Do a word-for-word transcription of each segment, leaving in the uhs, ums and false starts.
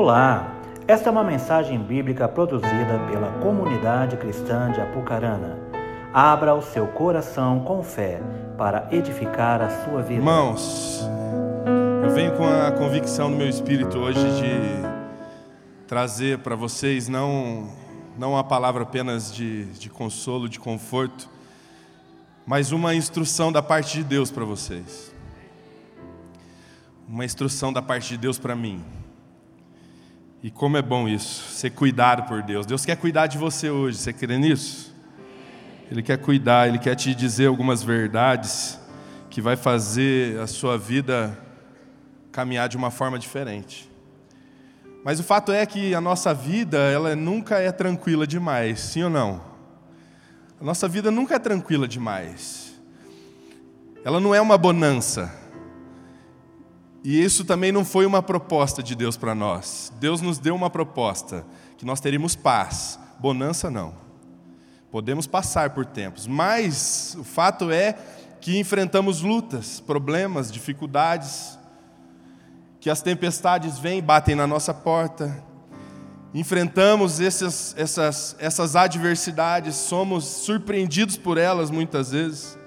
Olá, esta é uma mensagem bíblica produzida pela Comunidade Cristã de Apucarana. Abra o seu coração com fé para edificar a sua vida. Irmãos, eu venho com a convicção no meu espírito hoje de trazer para vocês não, não uma palavra apenas de, de consolo, de conforto, mas uma instrução da parte de Deus para vocês. Uma instrução da parte de Deus para mim. E como é bom isso, ser cuidado por Deus. Deus quer cuidar de você hoje, você crê nisso? Ele quer cuidar, Ele quer te dizer algumas verdades que vai fazer a sua vida caminhar de uma forma diferente. Mas o fato é que a nossa vida, ela nunca é tranquila demais, sim ou não? A nossa vida nunca é tranquila demais. Ela não é uma bonança. E isso também não foi uma proposta de Deus para nós. Deus nos deu uma proposta, que nós teríamos paz. Bonança não. Podemos passar por tempos, mas o fato é que enfrentamos lutas, problemas, dificuldades, que as tempestades vêm e batem na nossa porta. Enfrentamos essas, essas, essas adversidades, somos surpreendidos por elas muitas vezes.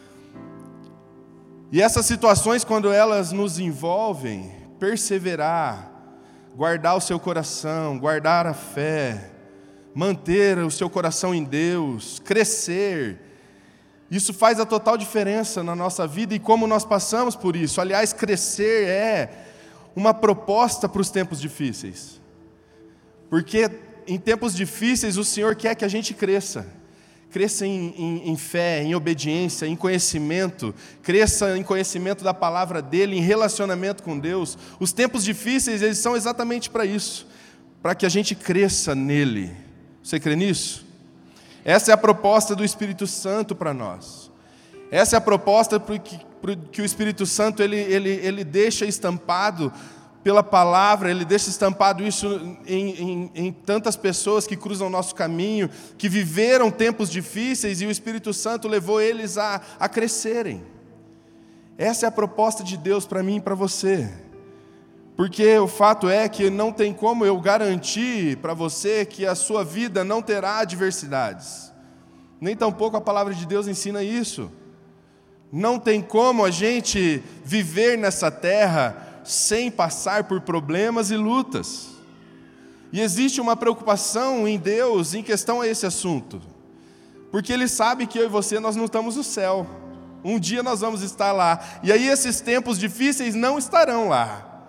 E essas situações, quando elas nos envolvem, perseverar, guardar o seu coração, guardar a fé, manter o seu coração em Deus, crescer, isso faz a total diferença na nossa vida e como nós passamos por isso. Aliás, crescer é uma proposta para os tempos difíceis, porque em tempos difíceis o Senhor quer que a gente cresça. Cresça em, em, em fé, em obediência, em conhecimento. Cresça em conhecimento da palavra dEle, em relacionamento com Deus. Os tempos difíceis, eles são exatamente para isso. Para que a gente cresça nele. Você crê nisso? Essa é a proposta do Espírito Santo para nós. Essa é a proposta que, que o Espírito Santo ele, ele, ele deixa estampado pela palavra, Ele deixa estampado isso em, em, em tantas pessoas que cruzam o nosso caminho, que viveram tempos difíceis e o Espírito Santo levou eles a, a crescerem. Essa é a proposta de Deus para mim e para você. Porque o fato é que não tem como eu garantir para você que a sua vida não terá adversidades. Nem tampouco a palavra de Deus ensina isso. Não tem como a gente viver nessa terra sem passar por problemas e lutas. E existe uma preocupação em Deus em questão a esse assunto. Porque Ele sabe que eu e você, nós não estamos no céu. Um dia nós vamos estar lá. E aí esses tempos difíceis não estarão lá.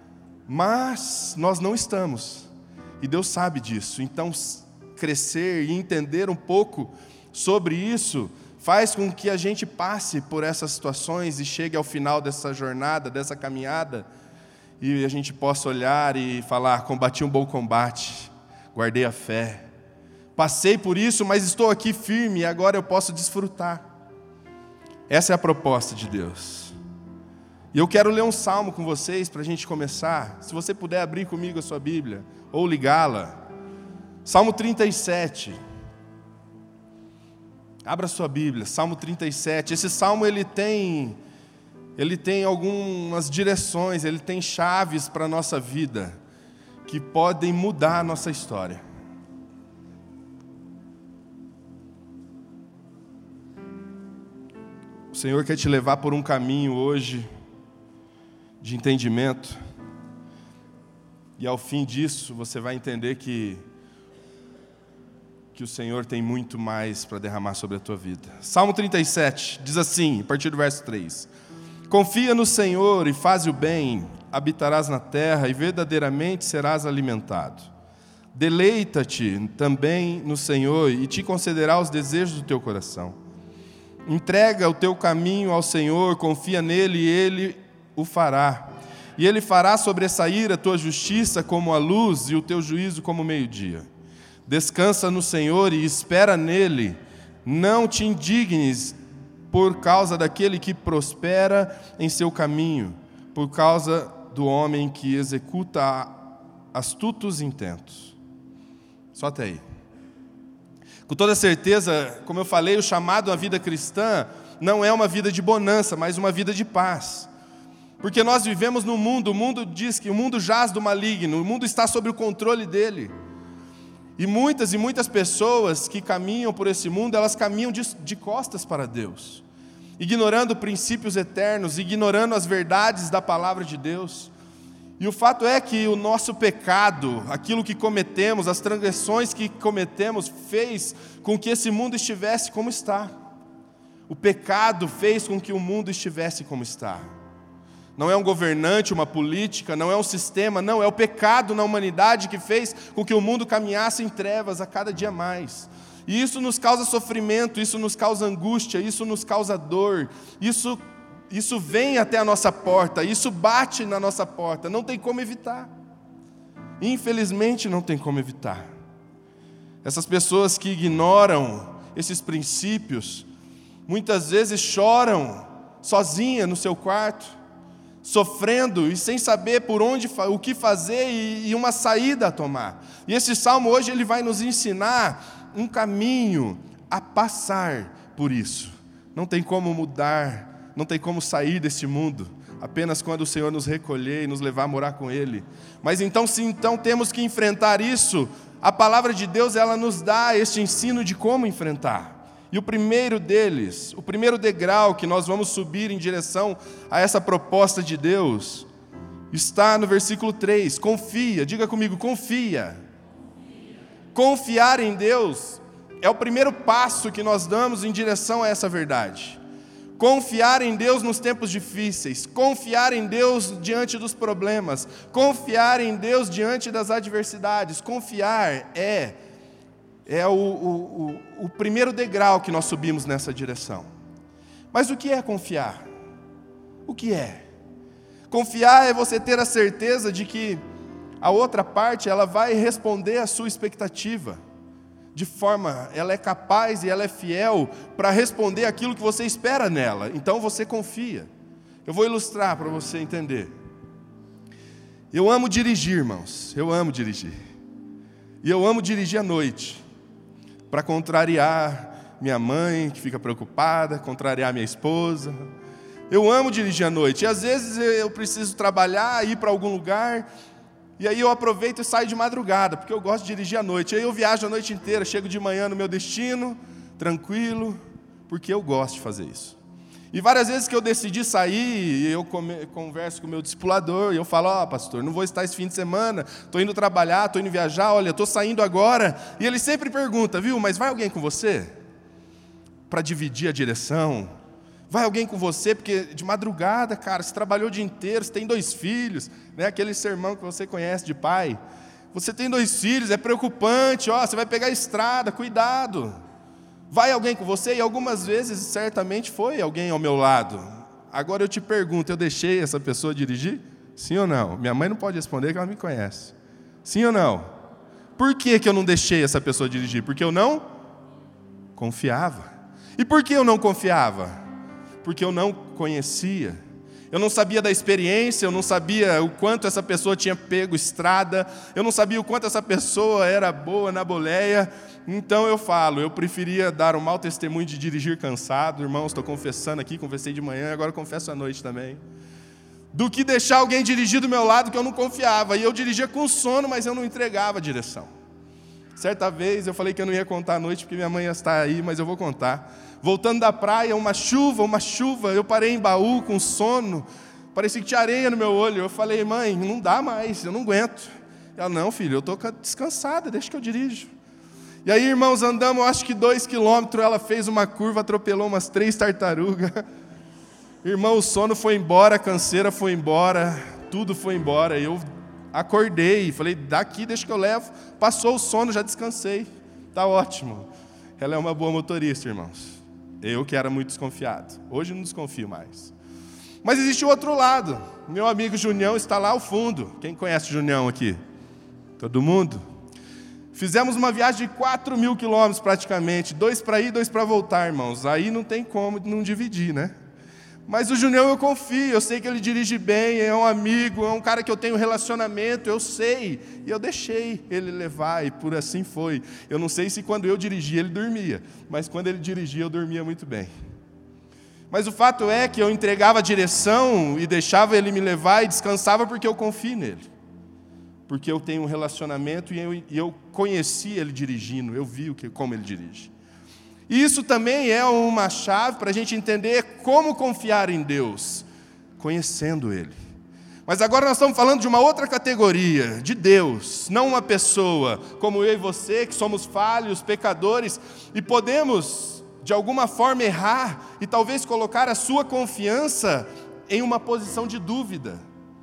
Mas nós não estamos. E Deus sabe disso. Então, crescer e entender um pouco sobre isso faz com que a gente passe por essas situações e chegue ao final dessa jornada, dessa caminhada, e a gente possa olhar e falar: combati um bom combate, guardei a fé, passei por isso, mas estou aqui firme e agora eu posso desfrutar. Essa é a proposta de Deus. E eu quero ler um salmo com vocês para a gente começar. Se você puder abrir comigo a sua Bíblia, ou ligá-la. Salmo trinta e sete. Abra sua Bíblia, Salmo trinta e sete. Esse salmo ele tem, ele tem algumas direções, ele tem chaves para a nossa vida, que podem mudar a nossa história. O Senhor quer te levar por um caminho hoje de entendimento, e ao fim disso você vai entender que que o Senhor tem muito mais para derramar sobre a tua vida. Salmo trinta e sete diz assim, a partir do verso três: confia no Senhor e faz o bem, habitarás na terra e verdadeiramente serás alimentado. Deleita-te também no Senhor e te concederá os desejos do teu coração. Entrega o teu caminho ao Senhor, confia nele e Ele o fará. E Ele fará sobressair a tua justiça como a luz e o teu juízo como o meio-dia. Descansa no Senhor e espera nele. Não te indignes por causa daquele que prospera em seu caminho, por causa do homem que executa astutos intentos. Só até aí. Com toda certeza, como eu falei, o chamado à vida cristã não é uma vida de bonança, mas uma vida de paz. Porque nós vivemos no mundo, o mundo diz que o mundo jaz do maligno, o mundo está sob o controle dele. E muitas e muitas pessoas que caminham por esse mundo, elas caminham de, de costas para Deus, ignorando princípios eternos, ignorando as verdades da palavra de Deus. E o fato é que o nosso pecado, aquilo que cometemos, as transgressões que cometemos, fez com que esse mundo estivesse como está. O pecado fez com que o mundo estivesse como está. Não é um governante, uma política, não é um sistema, não, é o pecado na humanidade que fez com que o mundo caminhasse em trevas a cada dia mais. E isso nos causa sofrimento, isso nos causa angústia, isso nos causa dor, isso, isso vem até a nossa porta, isso bate na nossa porta, não tem como evitar. Infelizmente não tem como evitar. Essas pessoas que ignoram esses princípios, muitas vezes choram sozinha no seu quarto, sofrendo e sem saber por onde, o que fazer e, e uma saída a tomar. E esse salmo hoje ele vai nos ensinar um caminho a passar por isso. Não tem como mudar, não tem como sair desse mundo, apenas quando o Senhor nos recolher e nos levar a morar com Ele. Mas então, se então temos que enfrentar isso, a palavra de Deus ela nos dá este ensino de como enfrentar. E o primeiro deles, o primeiro degrau que nós vamos subir em direção a essa proposta de Deus, está no versículo três, confia, diga comigo, confia. Confiar em Deus é o primeiro passo que nós damos em direção a essa verdade. Confiar em Deus nos tempos difíceis, confiar em Deus diante dos problemas, confiar em Deus diante das adversidades. Confiar é... É o, o, o, o primeiro degrau que nós subimos nessa direção. Mas o que é confiar? O que é? Confiar é você ter a certeza de que a outra parte ela vai responder à sua expectativa. De forma, ela é capaz e ela é fiel para responder aquilo que você espera nela. Então você confia. Eu vou ilustrar para você entender. Eu amo dirigir, irmãos. Eu amo dirigir. E eu amo dirigir à noite. Para contrariar minha mãe, que fica preocupada, contrariar minha esposa. Eu amo dirigir à noite. E às vezes eu preciso trabalhar, ir para algum lugar, e aí eu aproveito e saio de madrugada, porque eu gosto de dirigir à noite. Aí eu viajo a noite inteira, chego de manhã no meu destino, tranquilo, porque eu gosto de fazer isso. E várias vezes que eu decidi sair, eu converso com o meu discipulador, e eu falo, ó, oh, pastor, não vou estar esse fim de semana, estou indo trabalhar, estou indo viajar, olha, estou saindo agora. E ele sempre pergunta, viu, mas vai alguém com você? Para dividir a direção? Vai alguém com você? Porque de madrugada, cara, você trabalhou o dia inteiro, você tem dois filhos, né? Aquele sermão que você conhece de pai. Você tem dois filhos, é preocupante, ó, você vai pegar a estrada, cuidado. Vai alguém com você? E algumas vezes, certamente, foi alguém ao meu lado. Agora eu te pergunto, eu deixei essa pessoa dirigir? Sim ou não? Minha mãe não pode responder, que ela me conhece. Sim ou não? Por que que eu não deixei essa pessoa dirigir? Porque eu não confiava. E por que eu não confiava? Porque eu não conhecia. Eu não sabia da experiência, eu não sabia o quanto essa pessoa tinha pego estrada, eu não sabia o quanto essa pessoa era boa na boleia. Então eu falo, eu preferia dar um mau testemunho de dirigir cansado, irmãos, estou confessando aqui, confessei de manhã, agora confesso à noite também, do que deixar alguém dirigir do meu lado que eu não confiava. E eu dirigia com sono, mas eu não entregava a direção. Certa vez eu falei que eu não ia contar à noite, porque minha mãe ia estar aí, mas eu vou contar. Voltando da praia, uma chuva, uma chuva, eu parei em Baú com sono, parecia que tinha areia no meu olho. Eu falei, mãe, não dá mais, eu não aguento. Ela, não, filho, eu estou descansada, deixa que eu dirijo. E aí, irmãos, andamos, acho que dois quilômetros, ela fez uma curva, atropelou umas três tartarugas. Irmão, o sono foi embora, a canseira foi embora, tudo foi embora. Eu acordei, falei, daqui deixa que eu levo. Passou o sono, já descansei, está ótimo. Ela é uma boa motorista, irmãos. Eu que era muito desconfiado. Hoje não desconfio mais. Mas existe o outro lado. Meu amigo Junião está lá ao fundo. Quem conhece o Junião aqui? Todo mundo? Fizemos uma viagem de quatro mil quilômetros praticamente. Dois para ir, dois para voltar, irmãos. Aí não tem como não dividir, né? Mas o Junião eu confio. Eu sei que ele dirige bem, é um amigo, é um cara que eu tenho relacionamento, eu sei. E eu deixei ele levar e por assim foi. Eu não sei se quando eu dirigia ele dormia, mas quando ele dirigia eu dormia muito bem. Mas o fato é que eu entregava a direção e deixava Ele me levar e descansava porque eu confio nele. Porque eu tenho um relacionamento e eu, e eu conheci Ele dirigindo, eu vi o que, como Ele dirige. E isso também é uma chave para a gente entender como confiar em Deus, conhecendo Ele. Mas agora nós estamos falando de uma outra categoria, de Deus, não uma pessoa, como eu e você, que somos falhos, pecadores, e podemos, de alguma forma, errar e talvez colocar a sua confiança em uma posição de dúvida.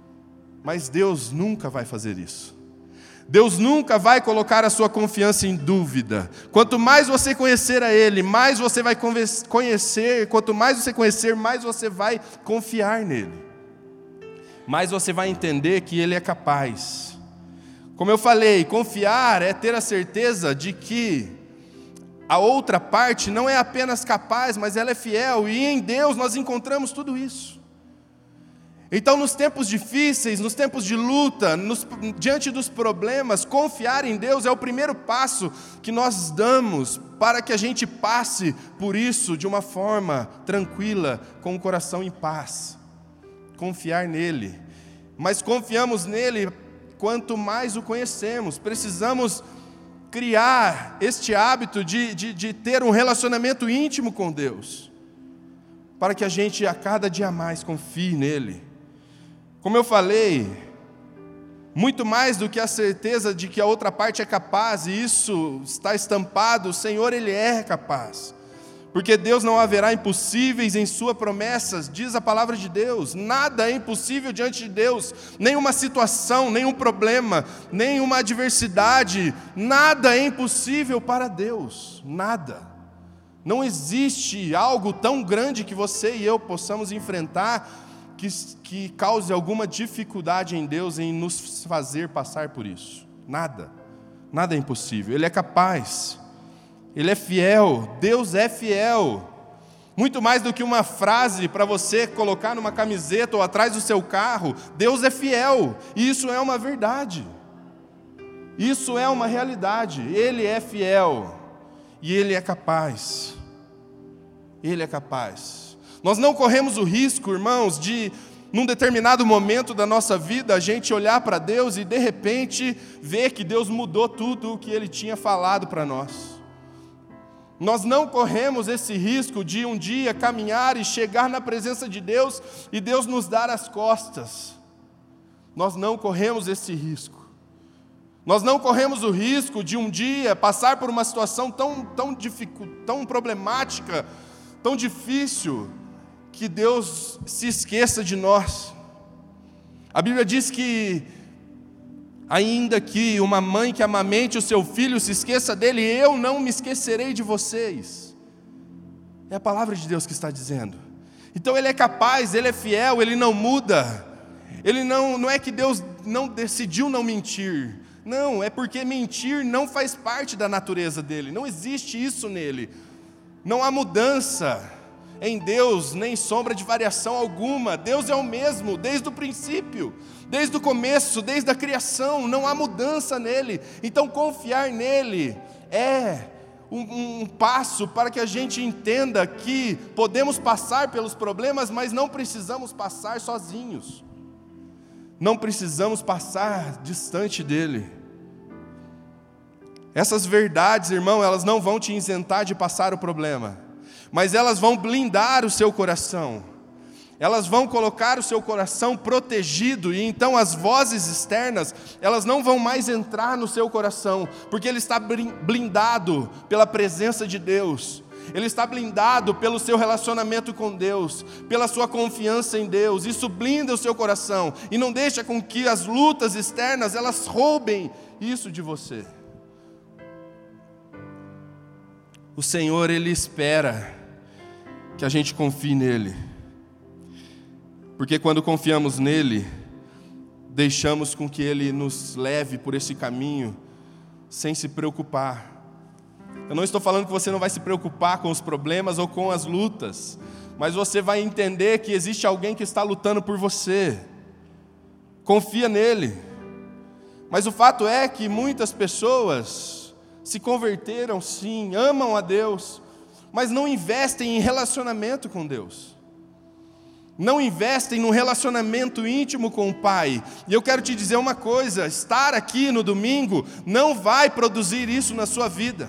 Mas Deus nunca vai fazer isso. Deus nunca vai colocar a sua confiança em dúvida. Quanto mais você conhecer a Ele, mais você vai conhecer, quanto mais você conhecer, mais você vai confiar nele. Mais você vai entender que Ele é capaz. Como eu falei, confiar é ter a certeza de que a outra parte não é apenas capaz, mas ela é fiel, e em Deus nós encontramos tudo isso. Então, nos tempos difíceis, nos tempos de luta, nos, diante dos problemas, confiar em Deus é o primeiro passo que nós damos para que a gente passe por isso de uma forma tranquila, com o coração em paz. Confiar nele. Mas confiamos nele quanto mais o conhecemos. Precisamos criar este hábito de, de, de ter um relacionamento íntimo com Deus, para que a gente a cada dia mais confie nele. Como eu falei, muito mais do que a certeza de que a outra parte é capaz, e isso está estampado, o Senhor, Ele é capaz. Porque Deus não haverá impossíveis em sua promessa, diz a palavra de Deus. Nada é impossível diante de Deus, nenhuma situação, nenhum problema, nenhuma adversidade, nada é impossível para Deus, nada. Não existe algo tão grande que você e eu possamos enfrentar Que, que cause alguma dificuldade em Deus em nos fazer passar por isso. Nada, nada é impossível. Ele é capaz, Ele é fiel, Deus é fiel. Muito mais do que uma frase para você colocar numa camiseta ou atrás do seu carro, Deus é fiel, e isso é uma verdade. Isso é uma realidade. Ele é fiel, e Ele é capaz. Ele é capaz. Nós não corremos o risco, irmãos, de, num determinado momento da nossa vida, a gente olhar para Deus e, de repente, ver que Deus mudou tudo o que Ele tinha falado para nós. Nós não corremos esse risco de um dia caminhar e chegar na presença de Deus e Deus nos dar as costas. Nós não corremos esse risco. Nós não corremos o risco de um dia passar por uma situação tão, tão, dificu- tão problemática, tão difícil, que Deus se esqueça de nós. A Bíblia diz que, ainda que uma mãe que amamente o seu filho se esqueça dele, eu não me esquecerei de vocês. É a palavra de Deus que está dizendo. Então Ele é capaz, Ele é fiel, Ele não muda. Ele não, não é que Deus não decidiu não mentir. Não, é porque mentir não faz parte da natureza dEle. Não existe isso nele. Não há mudança em Deus, nem sombra de variação alguma. Deus é o mesmo desde o princípio, desde o começo, desde a criação. Não há mudança nele. Então confiar nele é um, um passo para que a gente entenda que podemos passar pelos problemas, mas não precisamos passar sozinhos. Não precisamos passar distante dele. Essas verdades, irmão, elas não vão te isentar de passar o problema, mas elas vão blindar o seu coração. Elas vão colocar o seu coração protegido, e então as vozes externas, elas não vão mais entrar no seu coração, porque ele está blindado pela presença de Deus. Ele está blindado pelo seu relacionamento com Deus, pela sua confiança em Deus. Isso blinda o seu coração e não deixa com que as lutas externas, elas roubem isso de você. O Senhor, Ele espera que a gente confie nele, porque quando confiamos nele, deixamos com que Ele nos leve por esse caminho, sem se preocupar. Eu não estou falando que você não vai se preocupar com os problemas ou com as lutas, mas você vai entender que existe alguém que está lutando por você. Confia nele. Mas o fato é que muitas pessoas se converteram, sim, amam a Deus, mas não investem em relacionamento com Deus. não investem num relacionamento íntimo com o Pai. E eu quero te dizer uma coisa: estar aqui no domingo não vai produzir isso na sua vida.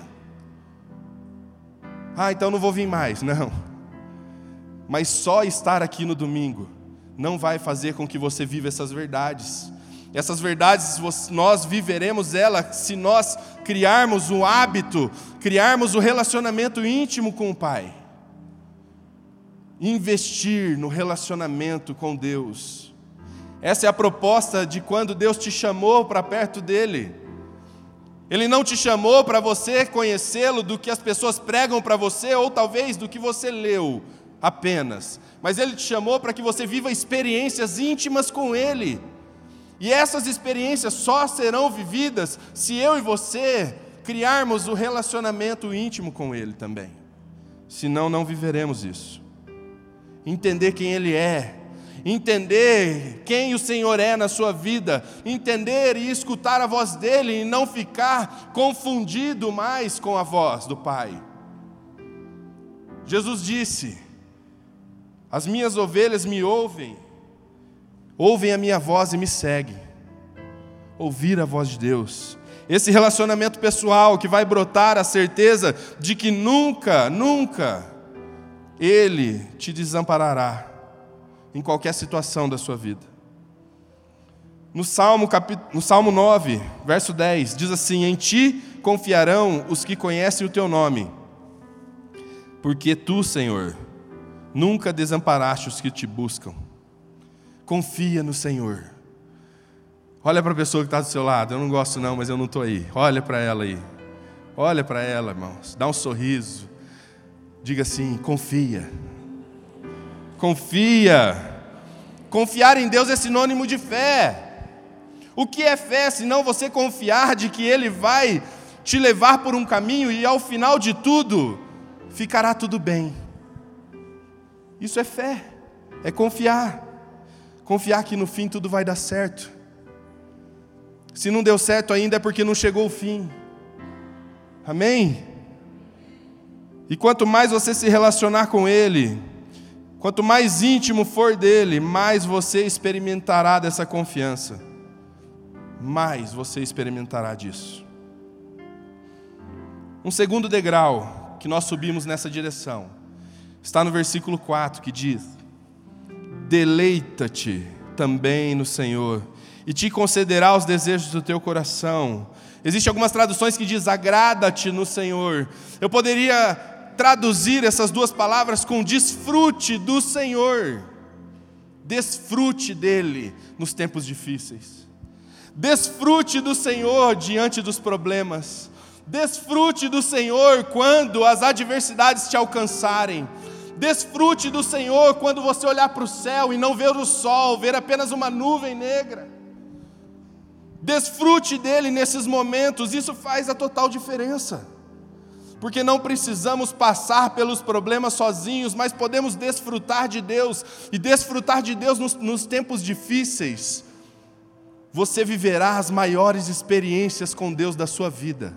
Ah, então não vou vir mais. Não. Mas só estar aqui no domingo não vai fazer com que você viva essas verdades. Essas verdades nós viveremos elas se nós criarmos o hábito, criarmos o relacionamento íntimo com o Pai. Investir no relacionamento com Deus. Essa é a proposta de quando Deus te chamou para perto dEle. Ele não te chamou para você conhecê-lo do que as pessoas pregam para você, ou talvez do que você leu apenas. Mas Ele te chamou para que você viva experiências íntimas com Ele. E essas experiências só serão vividas se eu e você criarmos o relacionamento íntimo com Ele também. Senão não viveremos isso. Entender quem Ele é, entender quem o Senhor é na sua vida, entender e escutar a voz dEle e não ficar confundido mais com a voz do Pai. Jesus disse: as minhas ovelhas me ouvem, ouvem a minha voz e me seguem. Ouvir a voz de Deus. Esse relacionamento pessoal que vai brotar a certeza de que nunca, nunca Ele te desamparará em qualquer situação da sua vida. No Salmo, capit... no Salmo nove, verso dez, diz assim: em ti confiarão os que conhecem o teu nome, porque tu, Senhor, nunca desamparaste os que te buscam. Confia no Senhor. Olha para a pessoa que está do seu lado. Eu não gosto não, mas eu não estou aí. Olha para ela aí. Olha para ela, irmãos. Dá um sorriso. Diga assim: confia. Confia. Confiar em Deus é sinônimo de fé. O que é fé, senão você confiar de que Ele vai te levar por um caminho e ao final de tudo, ficará tudo bem. Isso é fé, é confiar. Confiar que no fim tudo vai dar certo. Se não deu certo ainda é porque não chegou o fim. Amém? E quanto mais você se relacionar com Ele, quanto mais íntimo for dEle, mais você experimentará dessa confiança. Mais você experimentará disso. Um segundo degrau que nós subimos nessa direção está no versículo quatro, que diz: deleita-te também no Senhor, e te concederá os desejos do teu coração. Existem algumas traduções que diz: agrada-te no Senhor. Eu poderia traduzir essas duas palavras com desfrute do Senhor. Desfrute dEle nos tempos difíceis. Desfrute do Senhor diante dos problemas. Desfrute do Senhor quando as adversidades te alcançarem. Desfrute do Senhor quando você olhar para o céu e não ver o sol, ver apenas uma nuvem negra. Desfrute dEle nesses momentos, isso faz a total diferença. Porque não precisamos passar pelos problemas sozinhos, mas podemos desfrutar de Deus. E desfrutar de Deus nos, nos tempos difíceis. Você viverá as maiores experiências com Deus da sua vida.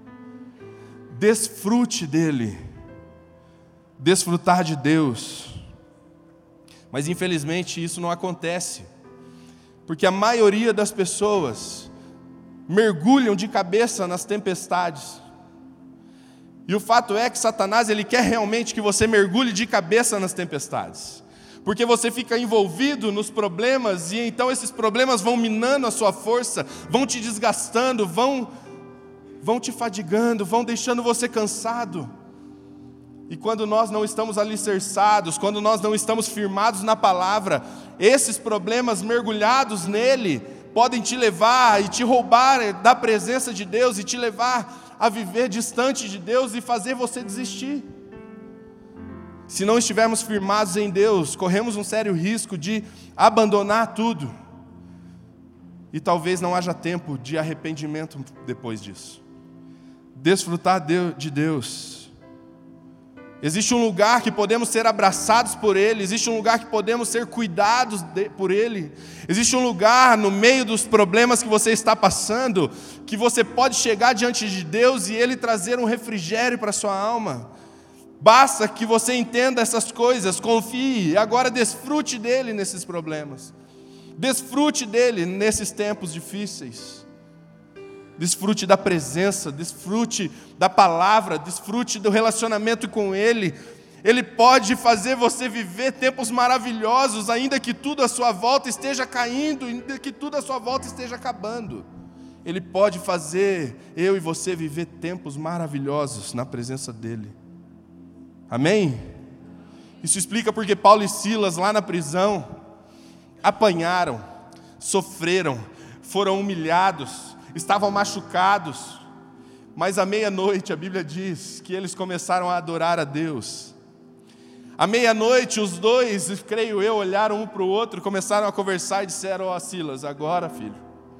Desfrute dEle. Desfrutar de Deus. Mas infelizmente isso não acontece. Porque a maioria das pessoas mergulham de cabeça nas tempestades. E o fato é que Satanás, ele quer realmente que você mergulhe de cabeça nas tempestades. Porque você fica envolvido nos problemas e então esses problemas vão minando a sua força, vão te desgastando, vão, vão te fadigando, vão deixando você cansado. E quando nós não estamos alicerçados, quando nós não estamos firmados na palavra, esses problemas mergulhados nele podem te levar e te roubar da presença de Deus e te levar a viver distante de Deus e fazer você desistir. Se não estivermos firmados em Deus, corremos um sério risco de abandonar tudo. E talvez não haja tempo de arrependimento depois disso. Desfrutar de Deus. Existe um lugar que podemos ser abraçados por Ele, existe um lugar que podemos ser cuidados de, por Ele, existe um lugar no meio dos problemas que você está passando, que você pode chegar diante de Deus e Ele trazer um refrigério para a sua alma. Basta que você entenda essas coisas, confie, agora desfrute dele nesses problemas. Desfrute dele nesses tempos difíceis. Desfrute da presença, desfrute da palavra, desfrute do relacionamento com ele. Ele pode fazer você viver tempos maravilhosos, ainda que tudo à sua volta esteja caindo, ainda que tudo à sua volta esteja acabando. Ele pode fazer eu e você viver tempos maravilhosos na presença dele. Amém? Isso explica porque Paulo e Silas, lá na prisão, apanharam, sofreram, foram humilhados, estavam machucados, mas à meia-noite a Bíblia diz que eles começaram a adorar a Deus. À meia-noite os dois, creio eu, olharam um para o outro, começaram a conversar e disseram: ó Silas, agora filho,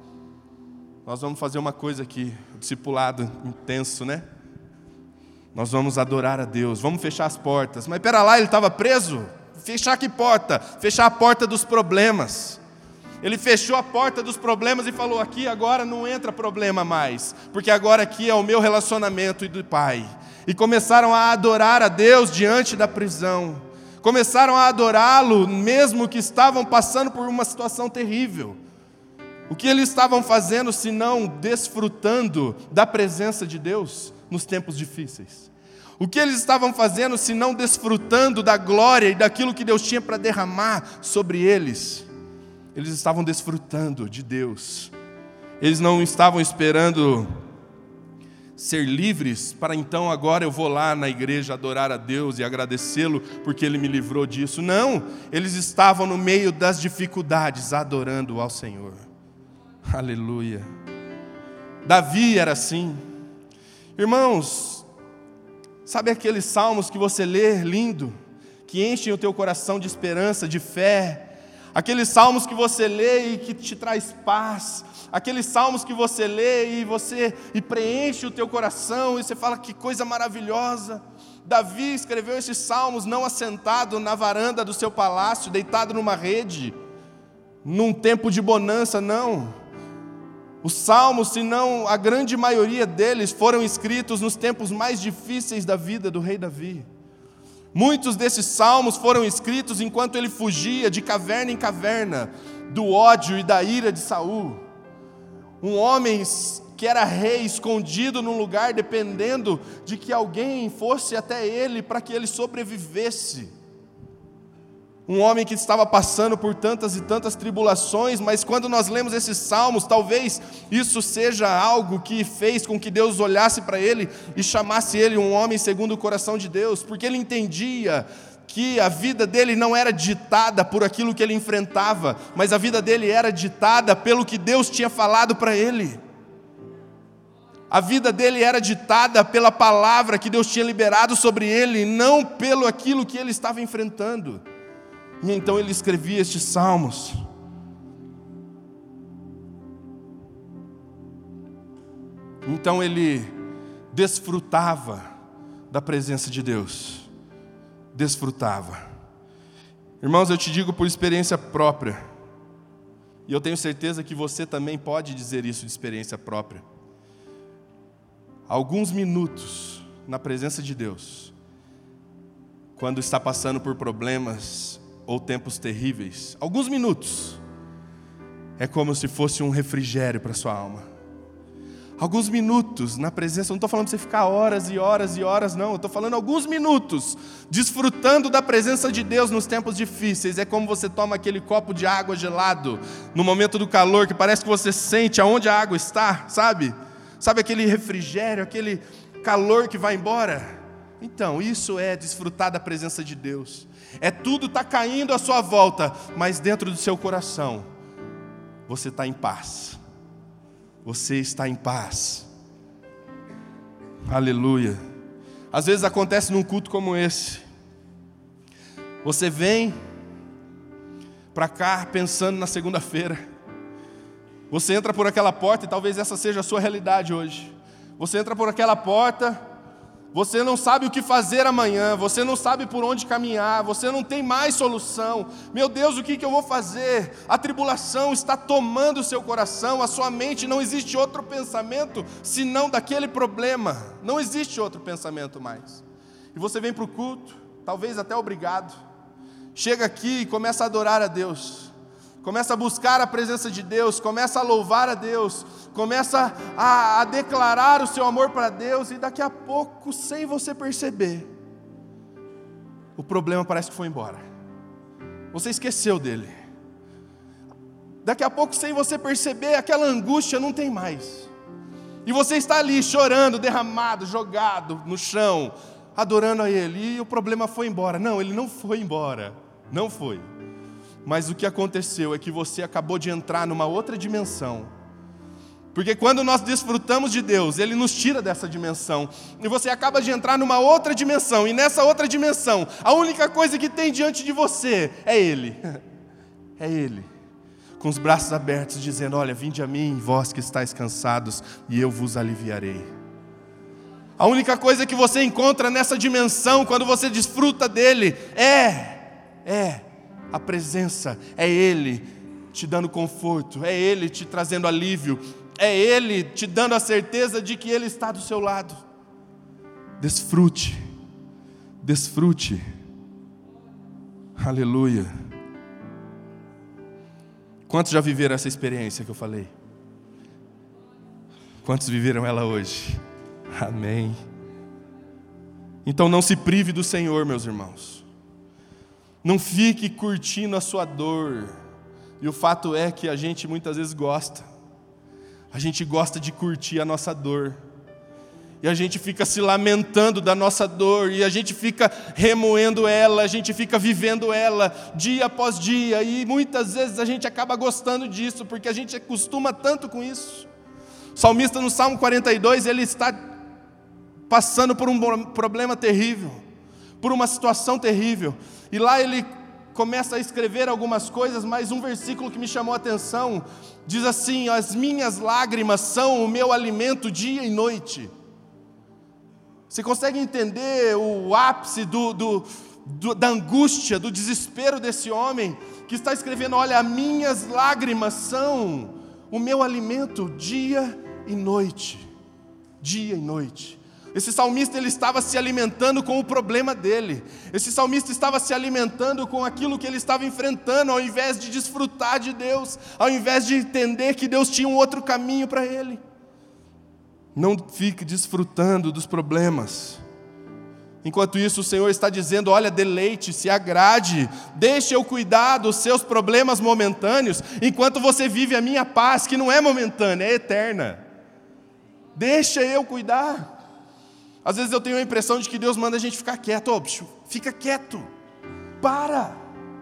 nós vamos fazer uma coisa aqui, um discipulado intenso, né? Nós vamos adorar a Deus, vamos fechar as portas. Mas pera lá, ele estava preso? Fechar que porta? Fechar a porta dos problemas. Ele fechou a porta dos problemas e falou: aqui agora não entra problema mais, porque agora aqui é o meu relacionamento e do Pai. E começaram a adorar a Deus diante da prisão. Começaram a adorá-lo, mesmo que estavam passando por uma situação terrível. O que eles estavam fazendo, senão desfrutando da presença de Deus nos tempos difíceis? O que eles estavam fazendo, senão desfrutando da glória e daquilo que Deus tinha para derramar sobre eles? Eles estavam desfrutando de Deus. Eles não estavam esperando ser livres para então agora eu vou lá na igreja adorar a Deus e agradecê-lo porque Ele me livrou disso. Não, eles estavam no meio das dificuldades adorando ao Senhor. Aleluia. Davi era assim. Irmãos, sabe aqueles salmos que você lê lindo, que enchem o teu coração de esperança, de fé? Aqueles salmos que você lê e que te traz paz, aqueles salmos que você lê e você e preenche o teu coração e você fala: que coisa maravilhosa. Davi escreveu esses salmos não assentado na varanda do seu palácio, deitado numa rede, num tempo de bonança, não. Os salmos, se não a grande maioria deles, foram escritos nos tempos mais difíceis da vida do rei Davi. Muitos desses salmos foram escritos enquanto ele fugia de caverna em caverna, do ódio e da ira de Saul. Um homem que era rei, escondido num lugar, dependendo de que alguém fosse até ele para que ele sobrevivesse. Um homem que estava passando por tantas e tantas tribulações, mas quando nós lemos esses salmos, talvez isso seja algo que fez com que Deus olhasse para ele e chamasse ele um homem segundo o coração de Deus, porque ele entendia que a vida dele não era ditada por aquilo que ele enfrentava, mas a vida dele era ditada pelo que Deus tinha falado para ele. A vida dele era ditada pela palavra que Deus tinha liberado sobre ele, não pelo aquilo que ele estava enfrentando. E então ele escrevia estes salmos. Então ele desfrutava da presença de Deus. Desfrutava. Irmãos, eu te digo por experiência própria, e eu tenho certeza que você também pode dizer isso de experiência própria. Alguns minutos na presença de Deus, quando está passando por problemas ou tempos terríveis, alguns minutos, é como se fosse um refrigério para a sua alma. Alguns minutos na presença, eu não estou falando para você ficar horas e horas e horas, não, eu estou falando alguns minutos, desfrutando da presença de Deus nos tempos difíceis. É como você toma aquele copo de água gelado, no momento do calor, que parece que você sente aonde a água está, sabe? Sabe aquele refrigério, aquele calor que vai embora? Então, isso é desfrutar da presença de Deus. É tudo está caindo à sua volta, mas dentro do seu coração, você está em paz. Você está em paz. Aleluia. Às vezes acontece num culto como esse. Você vem para cá pensando na segunda-feira. Você entra por aquela porta, e talvez essa seja a sua realidade hoje. Você entra por aquela porta, você não sabe o que fazer amanhã, você não sabe por onde caminhar, você não tem mais solução. Meu Deus, o que que eu vou fazer? A tribulação está tomando o seu coração, a sua mente, não existe outro pensamento senão daquele problema. Não existe outro pensamento mais. E você vem para o culto, talvez até obrigado. Chega aqui e começa a adorar a Deus. Começa a buscar a presença de Deus, começa a louvar a Deus, começa a, a declarar o seu amor para Deus, e daqui a pouco, sem você perceber, o problema parece que foi embora. Você esqueceu dele. Daqui a pouco, sem você perceber, aquela angústia não tem mais. E você está ali chorando, derramado, jogado no chão, adorando a Ele, e o problema foi embora. Não, ele não foi embora, não foi. Mas o que aconteceu é que você acabou de entrar numa outra dimensão. Porque quando nós desfrutamos de Deus, Ele nos tira dessa dimensão. E você acaba de entrar numa outra dimensão. E nessa outra dimensão, a única coisa que tem diante de você é Ele. É Ele. Com os braços abertos, dizendo: olha, vinde a mim, vós que estáis cansados, e eu vos aliviarei. A única coisa que você encontra nessa dimensão, quando você desfruta dEle, é, é... a presença, é Ele te dando conforto, é Ele te trazendo alívio, é Ele te dando a certeza de que Ele está do seu lado. Desfrute, desfrute, aleluia. Quantos já viveram essa experiência que eu falei? Quantos viveram ela hoje? Amém. Então não se prive do Senhor, meus irmãos. Não fique curtindo a sua dor. E o fato é que a gente muitas vezes gosta. A gente gosta de curtir a nossa dor. E a gente fica se lamentando da nossa dor. E a gente fica remoendo ela. A gente fica vivendo ela dia após dia. E muitas vezes a gente acaba gostando disso, porque a gente acostuma tanto com isso. O salmista no Salmo quarenta e dois, ele está passando por um problema terrível, por uma situação terrível. E lá ele começa a escrever algumas coisas, mas um versículo que me chamou a atenção diz assim: as minhas lágrimas são o meu alimento dia e noite. Você consegue entender o ápice do, do, do, da angústia, do desespero desse homem que está escrevendo: olha, as minhas lágrimas são o meu alimento dia e noite. Dia e noite. Esse salmista, ele estava se alimentando com o problema dele. Esse salmista estava se alimentando com aquilo que ele estava enfrentando, ao invés de desfrutar de Deus, ao invés de entender que Deus tinha um outro caminho para ele. Não fique desfrutando dos problemas. Enquanto isso, o Senhor está dizendo: olha, deleite, se agrade, deixe eu cuidar dos seus problemas momentâneos, enquanto você vive a minha paz, que não é momentânea, é eterna. Deixa eu cuidar. Às vezes eu tenho a impressão de que Deus manda a gente ficar quieto. Ô, bicho, fica quieto. Para.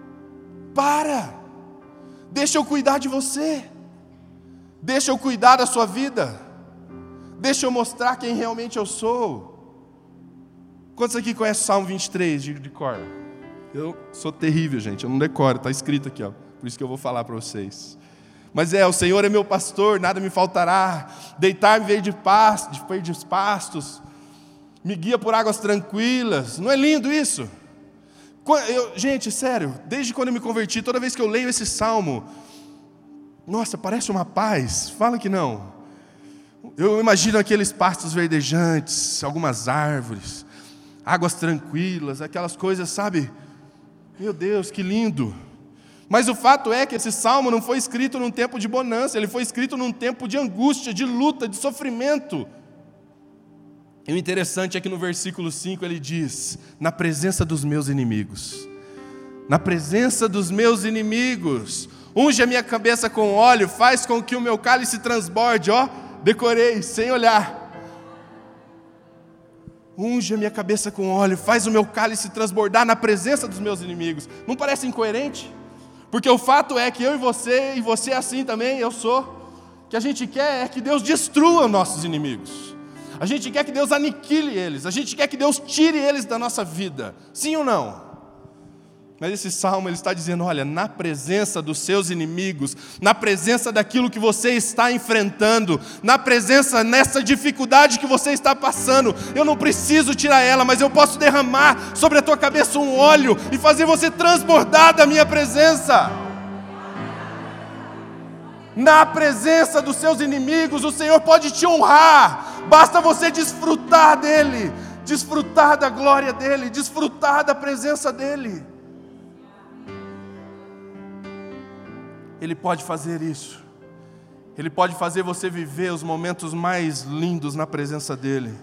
Para. Deixa eu cuidar de você. Deixa eu cuidar da sua vida. Deixa eu mostrar quem realmente eu sou. Quantos aqui conhecem o Salmo vinte e três de, de cor? Eu sou terrível, gente. Eu não decoro. Está escrito aqui, ó. Por isso que eu vou falar para vocês. Mas é: o Senhor é meu pastor, nada me faltará. Deitar-me verde pastos, de verdes pastos. Me guia por águas tranquilas. Não é lindo isso? Eu, gente, sério, desde quando eu me converti, toda vez que eu leio esse salmo, nossa, parece uma paz. Fala que não. Eu imagino aqueles pastos verdejantes, algumas árvores, águas tranquilas, aquelas coisas, sabe? Meu Deus, que lindo. Mas o fato é que esse salmo não foi escrito num tempo de bonança, ele foi escrito num tempo de angústia, de luta, de sofrimento. E o interessante é que no versículo cinco ele diz: na presença dos meus inimigos, na presença dos meus inimigos, unge a minha cabeça com óleo, faz com que o meu cálice transborde. Ó, decorei, sem olhar. Unge a minha cabeça com óleo, faz o meu cálice transbordar na presença dos meus inimigos. Não parece incoerente? Porque o fato é que eu e você, e você é assim também, eu sou, que a gente quer é que Deus destrua os nossos inimigos. A gente quer que Deus aniquile eles. A gente quer que Deus tire eles da nossa vida. Sim ou não? Mas esse salmo ele está dizendo: olha, na presença dos seus inimigos, na presença daquilo que você está enfrentando, na presença, nessa dificuldade que você está passando, eu não preciso tirar ela, mas eu posso derramar sobre a tua cabeça um óleo e fazer você transbordar da minha presença. Na presença dos seus inimigos, o Senhor pode te honrar. Basta você desfrutar dEle. desfrutar da glória dEle, desfrutar da presença dEle. Ele pode fazer isso. Ele pode fazer você viver os momentos mais lindos na presença dEle.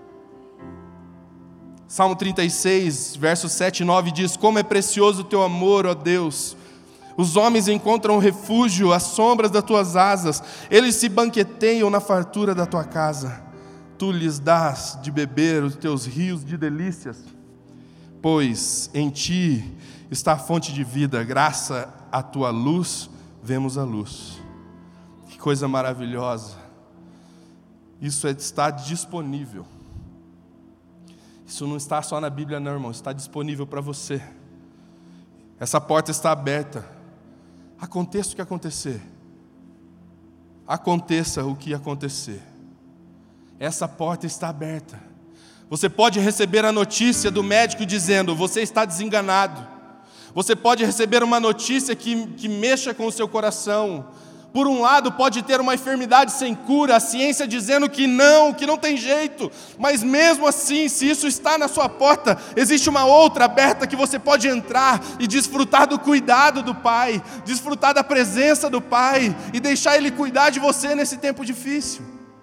Salmo trinta e seis, versos sete e nove diz: como é precioso o teu amor, ó Deus! Os homens encontram refúgio às sombras das tuas asas. Eles se banqueteiam na fartura da tua casa. Tu lhes dás de beber os teus rios de delícias. Pois em ti está a fonte de vida. Graças à tua luz, vemos a luz. Que coisa maravilhosa. Isso está disponível. Isso não está só na Bíblia não, irmão. Está disponível para você. Essa porta está aberta. Aconteça o que acontecer. Aconteça o que acontecer. Essa porta está aberta. Você pode receber a notícia do médico dizendo: você está desenganado. Você pode receber uma notícia que, que mexa com o seu coração. Por um lado, pode ter uma enfermidade sem cura, a ciência dizendo que não, que não tem jeito. Mas mesmo assim, se isso está na sua porta, existe uma outra aberta que você pode entrar e desfrutar do cuidado do Pai, desfrutar da presença do Pai e deixar Ele cuidar de você nesse tempo difícil.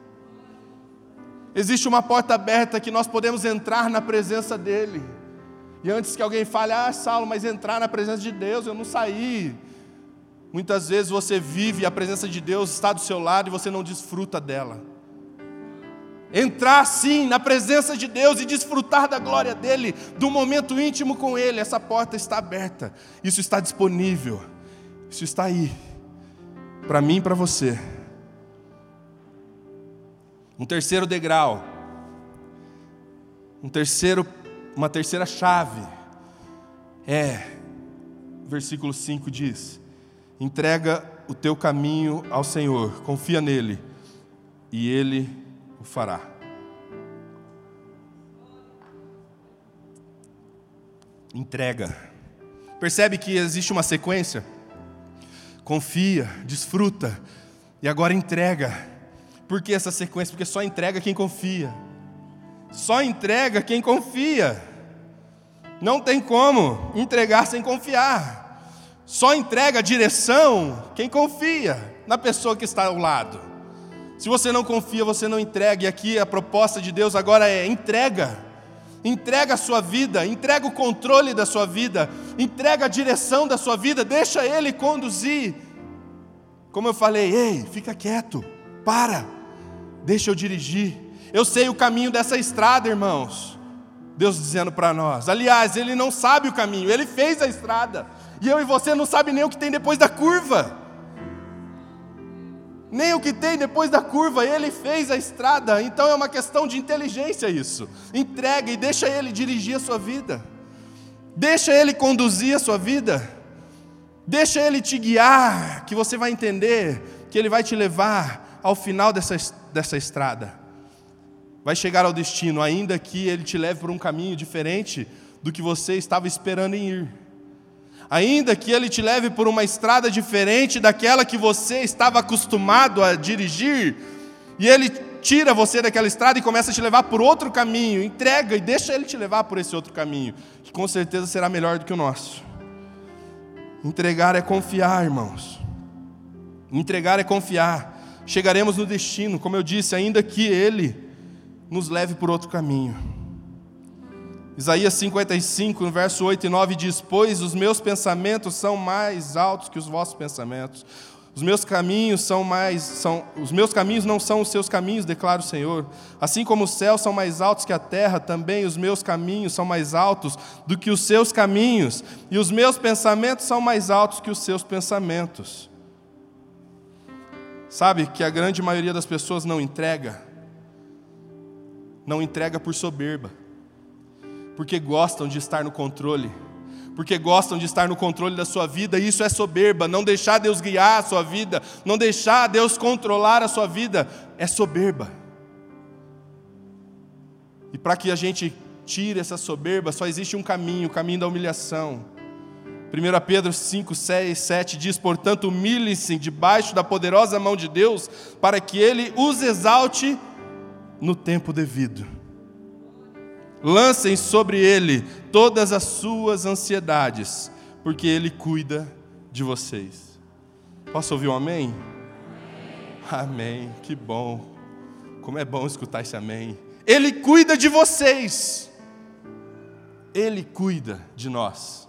Existe uma porta aberta que nós podemos entrar na presença dEle. E antes que alguém fale: ah, Saulo, mas entrar na presença de Deus, eu não saí. Muitas vezes você vive e a presença de Deus está do seu lado e você não desfruta dela. Entrar sim na presença de Deus e desfrutar da glória dEle, do momento íntimo com Ele, essa porta está aberta. Isso está disponível. Isso está aí, para mim e para você. Um terceiro degrau, um terceiro, uma terceira chave é, versículo cinco diz: entrega o teu caminho ao Senhor, confia nele, e Ele o fará. Entrega. Percebe que existe uma sequência? Confia, desfruta, e agora entrega. Por que essa sequência? Porque só entrega quem confia. Só entrega quem confia. Não tem como entregar sem confiar. Só entrega a direção quem confia na pessoa que está ao lado. Se você não confia, você não entrega. E aqui a proposta de Deus agora é: entrega. Entrega a sua vida, entrega o controle da sua vida, entrega a direção da sua vida, deixa Ele conduzir. Como eu falei: ei, fica quieto, para, deixa eu dirigir. Eu sei o caminho dessa estrada, irmãos. Deus dizendo para nós. Aliás, Ele não sabe o caminho, Ele fez a estrada. E eu e você não sabe nem o que tem depois da curva. Nem o que tem depois da curva, Ele fez a estrada. Então é uma questão de inteligência isso. Entrega e deixa Ele dirigir a sua vida. Deixa Ele conduzir a sua vida. Deixa Ele te guiar, que você vai entender que Ele vai te levar ao final dessa, dessa estrada. Vai chegar ao destino, ainda que Ele te leve por um caminho diferente do que você estava esperando em ir. Ainda que Ele te leve por uma estrada diferente daquela que você estava acostumado a dirigir, e Ele tira você daquela estrada e começa a te levar por outro caminho, entrega e deixa Ele te levar por esse outro caminho, que com certeza será melhor do que o nosso. Entregar é confiar, irmãos. Entregar é confiar. Chegaremos no destino, como eu disse, ainda que Ele nos leve por outro caminho. Isaías cinquenta e cinco, no verso oito e nove diz: pois os meus pensamentos são mais altos que os vossos pensamentos. Os meus caminhos são mais, são, os meus caminhos não são os seus caminhos, declara o Senhor. Assim como os céus são mais altos que a terra, também os meus caminhos são mais altos do que os seus caminhos, e os meus pensamentos são mais altos que os seus pensamentos. Sabe que a grande maioria das pessoas não entrega, não entrega por soberba, porque gostam de estar no controle, porque gostam de estar no controle da sua vida, e isso é soberba. Não deixar Deus guiar a sua vida, não deixar Deus controlar a sua vida, é soberba. E para que a gente tire essa soberba, só existe um caminho, o caminho da humilhação. primeira Pedro cinco, seis, sete diz: portanto, humilhem-se debaixo da poderosa mão de Deus, para que Ele os exalte no tempo devido. Lancem sobre Ele todas as suas ansiedades, porque Ele cuida de vocês. Posso ouvir um amém? Amém, que bom. Como é bom escutar esse amém. Ele cuida de vocês. Ele cuida de nós.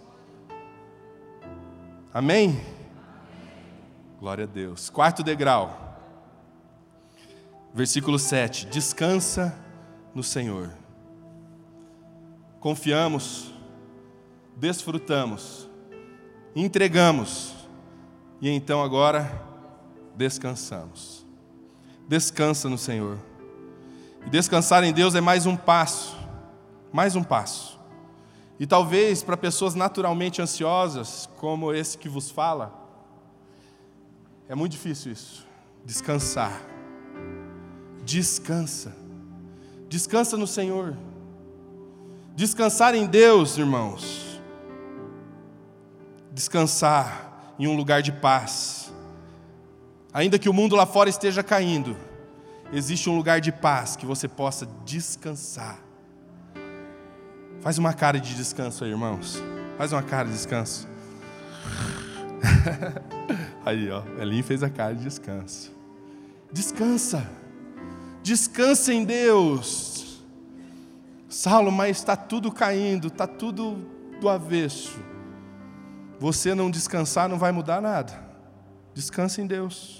Amém? Glória a Deus. Quarto degrau. Versículo sete. Descansa no Senhor. Confiamos, desfrutamos, entregamos e então agora descansamos. Descansa no Senhor. E descansar em Deus é mais um passo, mais um passo. E talvez para pessoas naturalmente ansiosas, como esse que vos fala, é muito difícil isso, descansar. Descansa. Descansa no Senhor. Descansar em Deus, irmãos. Descansar em um lugar de paz. Ainda que o mundo lá fora esteja caindo, existe um lugar de paz que você possa descansar. Faz uma cara de descanso aí, irmãos. Faz uma cara de descanso. Aí, ó, Elinho fez a cara de descanso. Descansa. Descansa em Deus. Saulo, mas está tudo caindo, está tudo do avesso. Você não descansar não vai mudar nada. Descansa em Deus.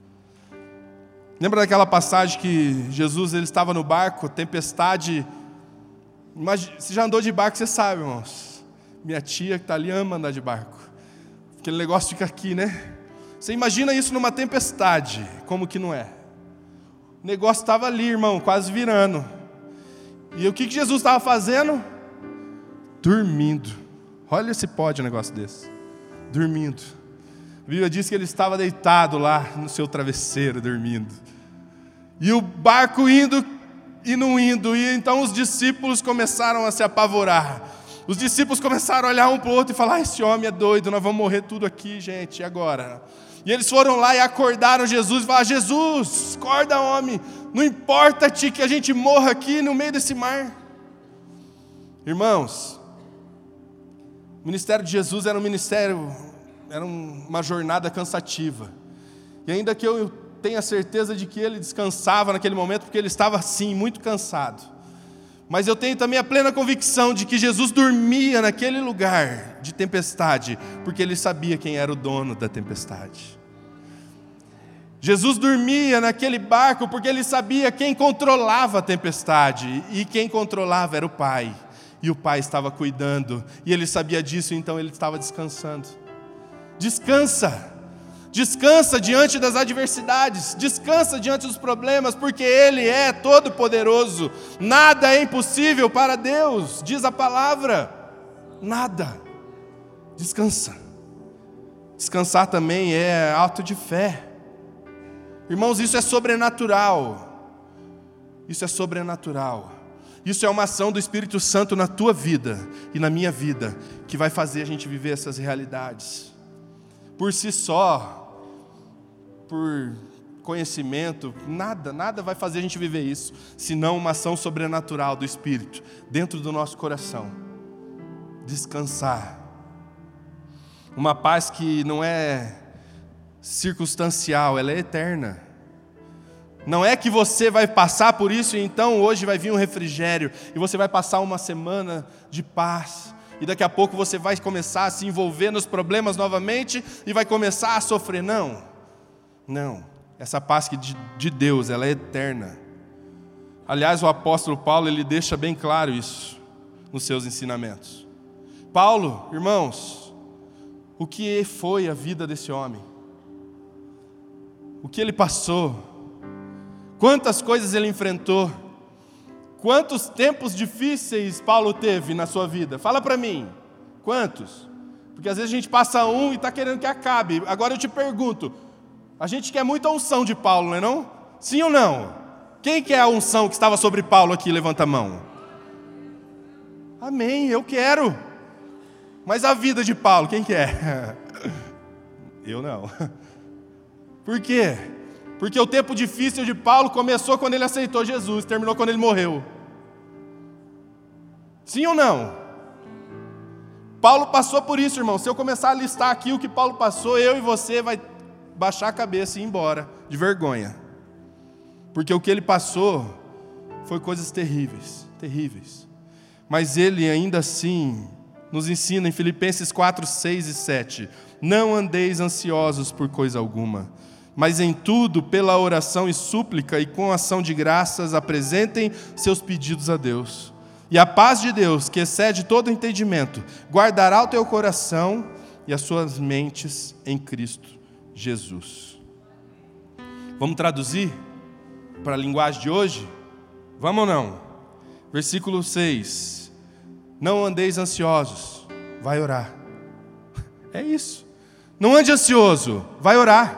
Lembra daquela passagem que Jesus ele estava no barco, tempestade. Imagina, você já andou de barco, você sabe, irmãos. Minha tia que está ali ama andar de barco. Aquele negócio fica aqui, né? Você imagina isso numa tempestade, como que não é? O negócio estava ali, irmão, quase virando. E o que, que Jesus estava fazendo? Dormindo. Olha se pode um negócio desse. Dormindo. A Bíblia diz que ele estava deitado lá no seu travesseiro, dormindo. E o barco indo e não indo. E então os discípulos começaram a se apavorar. Os discípulos começaram a olhar um para o outro e falar: ah, esse homem é doido, nós vamos morrer tudo aqui, gente, e agora? E eles foram lá e acordaram Jesus e falaram: Jesus, acorda, homem, não importa-te que a gente morra aqui no meio desse mar. Irmãos, o ministério de Jesus era um ministério, era uma jornada cansativa. E ainda que eu tenha certeza de que ele descansava naquele momento, porque ele estava sim, muito cansado. Mas eu tenho também a plena convicção de que Jesus dormia naquele lugar de tempestade, porque ele sabia quem era o dono da tempestade. Jesus dormia naquele barco porque ele sabia quem controlava a tempestade, e quem controlava era o Pai, e o Pai estava cuidando, e ele sabia disso, então ele estava descansando. Descansa, descansa diante das adversidades, descansa diante dos problemas, porque Ele é todo poderoso, nada é impossível para Deus, diz a palavra, nada. Descansa. Descansar também é ato de fé. Irmãos, isso é sobrenatural. Isso é sobrenatural. Isso é uma ação do Espírito Santo na tua vida e na minha vida, que vai fazer a gente viver essas realidades. Por si só, por conhecimento, nada, nada vai fazer a gente viver isso, senão uma ação sobrenatural do Espírito, dentro do nosso coração. Descansar. Uma paz que não é circunstancial, ela é eterna. Não é que você vai passar por isso e então hoje vai vir um refrigério e você vai passar uma semana de paz e daqui a pouco você vai começar a se envolver nos problemas novamente e vai começar a sofrer. Não, não, essa paz de Deus, ela é eterna. Aliás, o apóstolo Paulo, ele deixa bem claro isso nos seus ensinamentos. Paulo, irmãos, o que foi a vida desse homem? O que ele passou? Quantas coisas ele enfrentou? Quantos tempos difíceis Paulo teve na sua vida? Fala para mim, quantos? Porque às vezes a gente passa um e está querendo que acabe. Agora eu te pergunto, a gente quer muita unção de Paulo, não é não? Sim ou não? Quem quer a unção que estava sobre Paulo aqui? Levanta a mão. Amém, eu quero. Mas a vida de Paulo, quem quer? Eu não. Por quê? Porque o tempo difícil de Paulo começou quando ele aceitou Jesus, terminou quando ele morreu. Sim ou não? Paulo passou por isso, irmão. Se eu começar a listar aqui o que Paulo passou, eu e você vai baixar a cabeça e ir embora de vergonha. Porque o que ele passou foi coisas terríveis, terríveis. Mas ele ainda assim nos ensina em Filipenses quatro, seis e sete. Não andeis ansiosos por coisa alguma, mas em tudo, pela oração e súplica e com ação de graças, apresentem seus pedidos a Deus. E a paz de Deus, que excede todo entendimento, guardará o teu coração e as suas mentes em Cristo Jesus. Vamos traduzir para a linguagem de hoje? Vamos ou não? Versículo seis. Não andeis ansiosos, vai orar. É isso. Não ande ansioso, vai orar.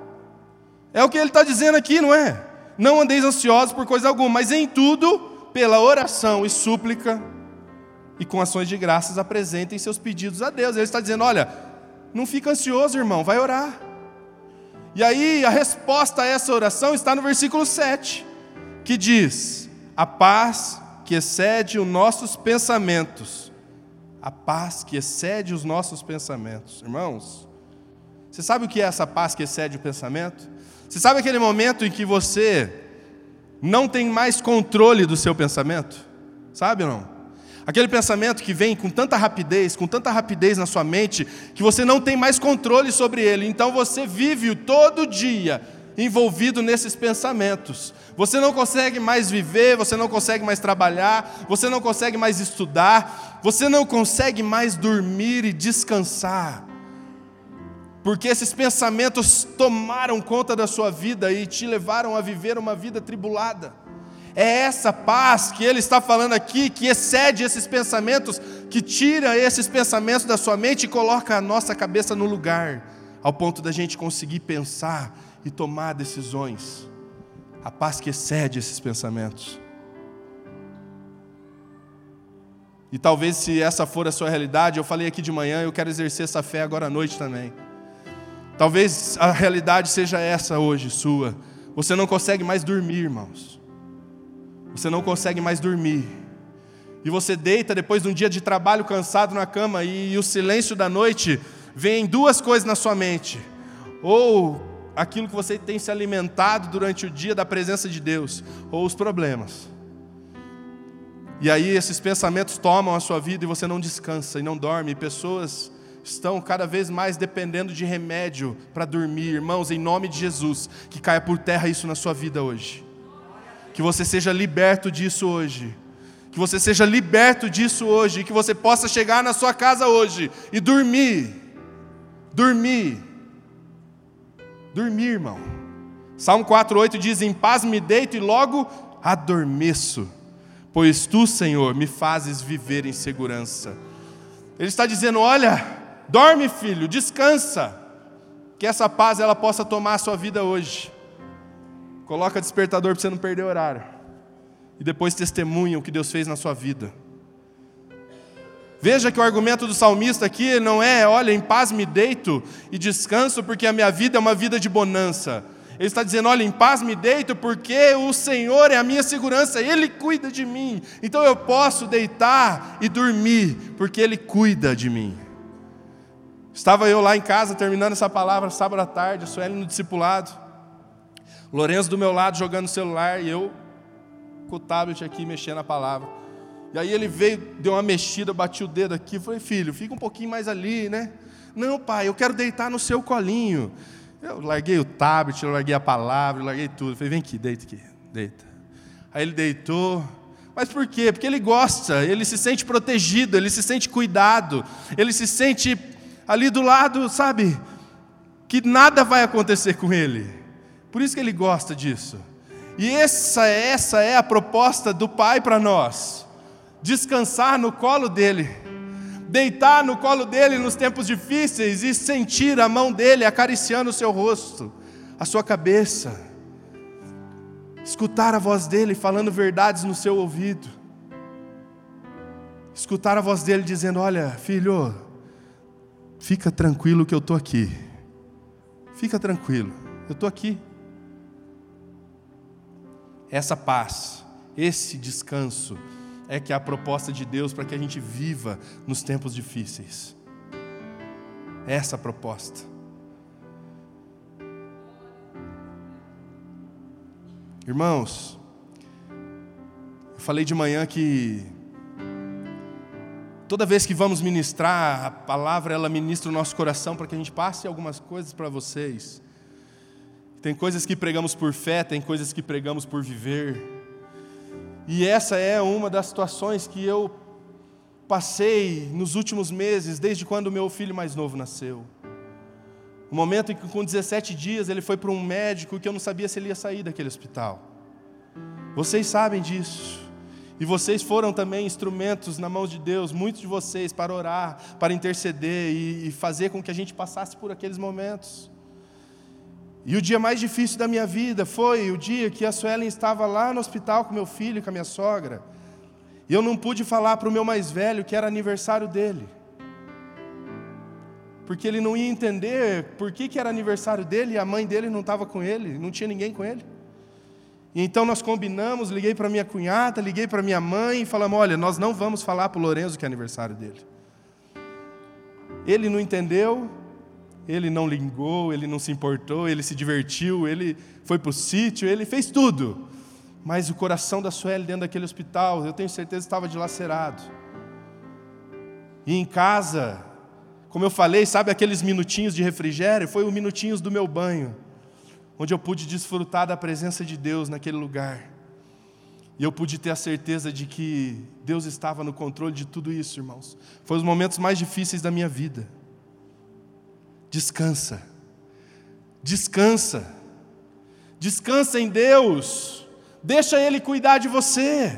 É o que ele está dizendo aqui, não é? Não andeis ansiosos por coisa alguma, mas em tudo, pela oração e súplica e com ações de graças, apresentem seus pedidos a Deus. Ele está dizendo, olha, não fica ansioso, irmão, vai orar. E aí a resposta a essa oração está no versículo sete, que diz, a paz que excede os nossos pensamentos, a paz que excede os nossos pensamentos. Irmãos, você sabe o que é essa paz que excede o pensamento? Você sabe aquele momento em que você não tem mais controle do seu pensamento? Sabe ou não? Aquele pensamento que vem com tanta rapidez, com tanta rapidez na sua mente, que você não tem mais controle sobre ele. Então você vive todo dia envolvido nesses pensamentos. Você não consegue mais viver, você não consegue mais trabalhar, você não consegue mais estudar, você não consegue mais dormir e descansar. Porque esses pensamentos tomaram conta da sua vida e te levaram a viver uma vida tribulada. É essa paz que ele está falando aqui, que excede esses pensamentos, que tira esses pensamentos da sua mente e coloca a nossa cabeça no lugar, ao ponto da gente conseguir pensar e tomar decisões. A paz que excede esses pensamentos. E talvez, se essa for a sua realidade, eu falei aqui de manhã, eu quero exercer essa fé agora à noite também. Talvez a realidade seja essa hoje, sua. Você não consegue mais dormir, irmãos. Você não consegue mais dormir. E você deita depois de um dia de trabalho cansado na cama e, e o silêncio da noite vem duas coisas na sua mente. Ou aquilo que você tem se alimentado durante o dia da presença de Deus, ou os problemas. E aí esses pensamentos tomam a sua vida e você não descansa e não dorme. E pessoas estão cada vez mais dependendo de remédio para dormir. Irmãos, em nome de Jesus, que caia por terra isso na sua vida hoje. Que você seja liberto disso hoje. Que você seja liberto disso hoje. Que você possa chegar na sua casa hoje e dormir. Dormir. Dormir, irmão. Salmo quatro, oito diz, em paz me deito e logo adormeço. Pois tu, Senhor, me fazes viver em segurança. Ele está dizendo, olha, dorme, filho, descansa. Que essa paz ela possa tomar a sua vida hoje. Coloca despertador para você não perder o horário. E depois testemunha o que Deus fez na sua vida. Veja que o argumento do salmista aqui não é, olha, em paz me deito e descanso porque a minha vida é uma vida de bonança. Ele está dizendo, olha, em paz me deito porque o Senhor é a minha segurança, Ele cuida de mim. Então eu posso deitar e dormir porque Ele cuida de mim. Estava eu lá em casa terminando essa palavra sábado à tarde, a Sueli no discipulado. Lourenço do meu lado jogando o celular e eu com o tablet aqui mexendo a palavra. E aí ele veio, deu uma mexida, bati o dedo aqui, falei, filho, fica um pouquinho mais ali, né? Não, pai, eu quero deitar no seu colinho. Eu larguei o tablet, eu larguei a palavra, eu larguei tudo. Falei, vem aqui, deita aqui, deita. Aí ele deitou. Mas por quê? Porque ele gosta, ele se sente protegido, ele se sente cuidado, ele se sente ali do lado, sabe, que nada vai acontecer com ele. Por isso que ele gosta disso. E essa, essa é a proposta do Pai para nós. Descansar no colo dEle. Deitar no colo dEle nos tempos difíceis e sentir a mão dEle acariciando o seu rosto, a sua cabeça. Escutar a voz dEle falando verdades no seu ouvido. Escutar a voz dEle dizendo, olha, filho, fica tranquilo que eu estou aqui. Fica tranquilo, eu estou aqui. Essa paz, esse descanso, é que é a proposta de Deus para que a gente viva nos tempos difíceis. Essa é a proposta. Irmãos, eu falei de manhã que toda vez que vamos ministrar, a palavra ela ministra o nosso coração para que a gente passe algumas coisas para vocês. Tem coisas que pregamos por fé, tem coisas que pregamos por viver. E essa é uma das situações que eu passei nos últimos meses, desde quando o meu filho mais novo nasceu. O momento em que com dezessete dias ele foi para um médico que eu não sabia se ele ia sair daquele hospital. Vocês sabem disso. E vocês foram também instrumentos na mão de Deus, muitos de vocês, para orar, para interceder e fazer com que a gente passasse por aqueles momentos. E o dia mais difícil da minha vida foi o dia que a Suelen estava lá no hospital com meu filho e com a minha sogra. E eu não pude falar para o meu mais velho que era aniversário dele. Porque ele não ia entender por que, que era aniversário dele e a mãe dele não estava com ele, não tinha ninguém com ele. E então nós combinamos, liguei para minha cunhada, liguei para minha mãe e falamos, olha, nós não vamos falar para o Lorenzo que é aniversário dele. Ele não entendeu, ele não ligou, ele não se importou, ele se divertiu, ele foi para o sítio, ele fez tudo. Mas o coração da Sueli dentro daquele hospital, eu tenho certeza que estava dilacerado. E em casa, como eu falei, sabe aqueles minutinhos de refrigério? Foi os minutinhos do meu banho, onde eu pude desfrutar da presença de Deus naquele lugar. E eu pude ter a certeza de que Deus estava no controle de tudo isso, irmãos. Foi os momentos mais difíceis da minha vida. Descansa. Descansa. Descansa em Deus. Deixa Ele cuidar de você.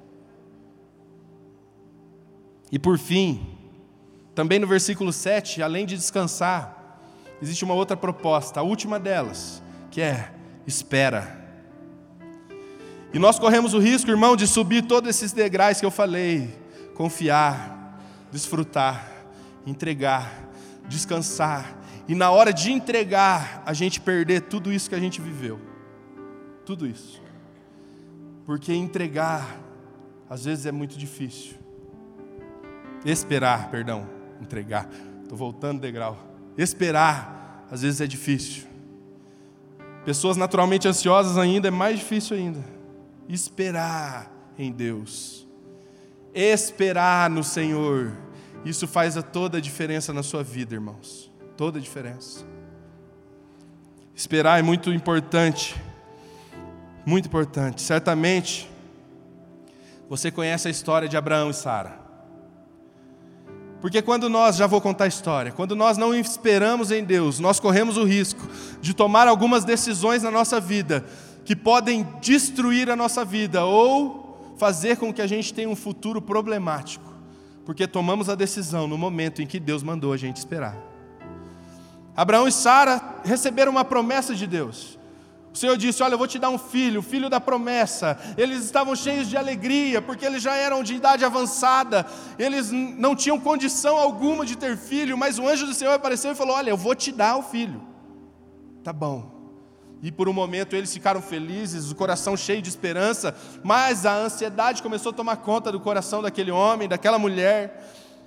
E por fim, também no versículo sete, além de descansar, existe uma outra proposta, a última delas, que é espera. E nós corremos o risco, irmão, de subir todos esses degraus que eu falei, confiar, desfrutar, entregar, descansar, e na hora de entregar, a gente perder tudo isso que a gente viveu, tudo isso, porque entregar, às vezes é muito difícil, esperar, perdão, entregar, estou voltando degrau, esperar, às vezes é difícil, pessoas naturalmente ansiosas ainda, é mais difícil ainda. Esperar em Deus, esperar no Senhor, isso faz toda a diferença na sua vida, irmãos, toda a diferença. Esperar é muito importante, muito importante. Certamente, você conhece a história de Abraão e Sara. Porque quando nós, já vou contar a história, quando nós não esperamos em Deus, nós corremos o risco de tomar algumas decisões na nossa vida, que podem destruir a nossa vida, ou fazer com que a gente tenha um futuro problemático, porque tomamos a decisão no momento em que Deus mandou a gente esperar. Abraão e Sara receberam uma promessa de Deus. O Senhor disse, olha, eu vou te dar um filho, o filho da promessa. Eles estavam cheios de alegria, porque eles já eram de idade avançada, eles não tinham condição alguma de ter filho, mas o anjo do Senhor apareceu e falou, olha, eu vou te dar o filho. Tá bom. E por um momento eles ficaram felizes, o coração cheio de esperança, mas a ansiedade começou a tomar conta do coração daquele homem, daquela mulher.